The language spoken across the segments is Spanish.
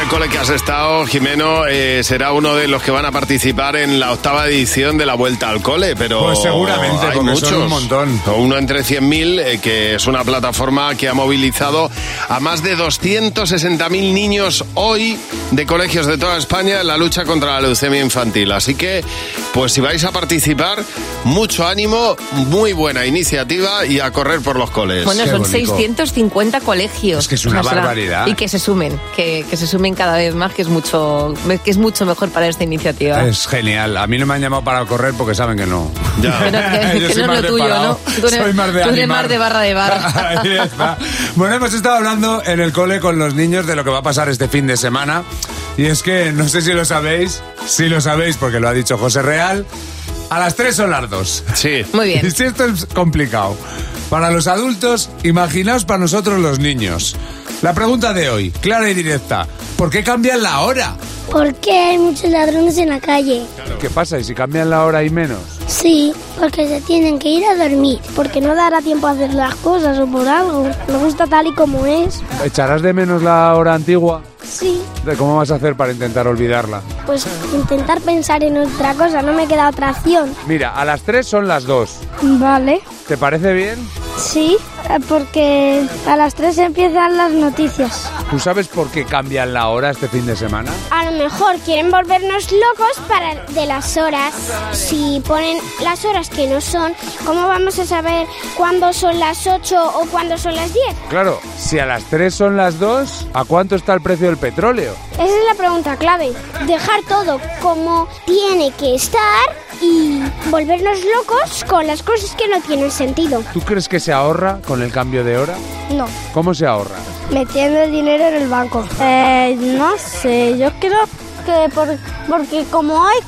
cole que has estado, Jimeno, será uno de los que van a participar en la 8ª edición de la Vuelta al Cole, pero pues seguramente, hay porque muchos. Son un montón. Uno entre 100.000, que es una plataforma que ha movilizado a más de 260.000 niños hoy de colegios de toda España en la lucha contra la leucemia infantil. Así que, pues si vais a participar, mucho ánimo, muy buena iniciativa y a correr por los coles. Bueno, Qué son bonito. 650 colegios. Es que es una barbaridad. Y que se sumen, que se sumen cada vez más, que es mucho mejor para esta iniciativa. Es genial. A mí no me han llamado para correr porque saben que no. Ya. Pero que Yo soy no es más lo de tuyo, parado. ¿no? Tú Soy más de eres animar. más de barra. Ahí está. Bueno, hemos estado hablando en el cole con los niños de lo que va a pasar este fin de semana. Y es que, no sé si lo sabéis, porque lo ha dicho José Real, a las 3 son las 2. Sí. Muy bien. Y si esto es complicado para los adultos, imaginaos para nosotros los niños. La pregunta de hoy, clara y directa, ¿por qué cambian la hora? Porque hay muchos ladrones en la calle. ¿Qué pasa? ¿Y si cambian la hora y menos? Sí, porque se tienen que ir a dormir. Porque no dará tiempo a hacer las cosas o por algo. Me gusta tal y como es. ¿Echarás de menos la hora antigua? Sí, ¿Cómo vas a hacer para intentar olvidarla? pues intentar pensar en otra cosa. No me queda otra opción. Mira, a las 3 son las 2. Vale. ¿Te parece bien? Sí, porque a las 3 empiezan las noticias. ¿Tú sabes por qué cambian la hora este fin de semana? A lo mejor quieren volvernos locos de las horas. Si ponen las horas que no son, ¿cómo vamos a saber cuándo son las 8 o cuándo son las 10? Claro, si a las 3 son las 2, ¿a cuánto está el precio del petróleo? Esa es la pregunta clave. Dejar todo como tiene que estar y volvernos locos con las cosas que no tienen sentido. ¿Tú crees que se ahorra con el cambio de hora? No. ¿Cómo se ahorra? Metiendo el dinero en el banco. No sé, yo creo que porque como hay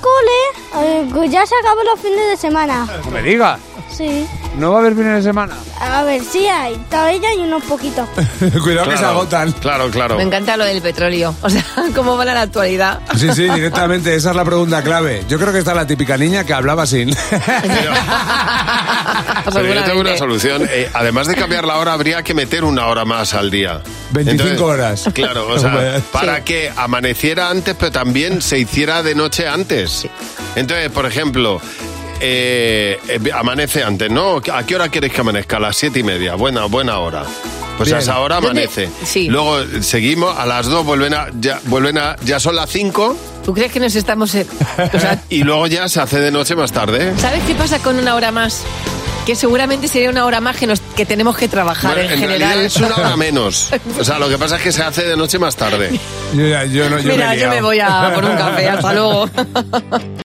cole, ya se acaban los fines de semana. No me digas. Sí. ¿No va a haber fines de semana? A ver, sí hay. Todavía hay unos poquitos. Cuidado que se agotan. Claro. Me encanta lo del petróleo. O sea, ¿cómo va la actualidad? Sí, directamente, esa es la pregunta clave. Yo creo que está la típica niña que hablaba sin. Pero yo tengo una solución. Además de cambiar la hora, habría que meter una hora más al día. 25 horas. Claro, o sea, para que amaneciera antes, pero también se hiciera de noche antes. Entonces, por ejemplo, amanece antes, ¿no? ¿A qué hora quieres que amanezca? A las 7:30. Buena hora. Pues Bien. a esa hora amanece. Sí. Luego seguimos, a las 2 ya son las 5 ¿Tú crees que nos estamos... y luego ya se hace de noche más tarde. ¿Sabes qué pasa con una hora más? Que seguramente sería una hora más que tenemos que trabajar Bueno, en general. realidad es una hora menos. O sea, lo que pasa es que se hace de noche más tarde. Yo Mira, yo me voy a por un café. Hasta luego.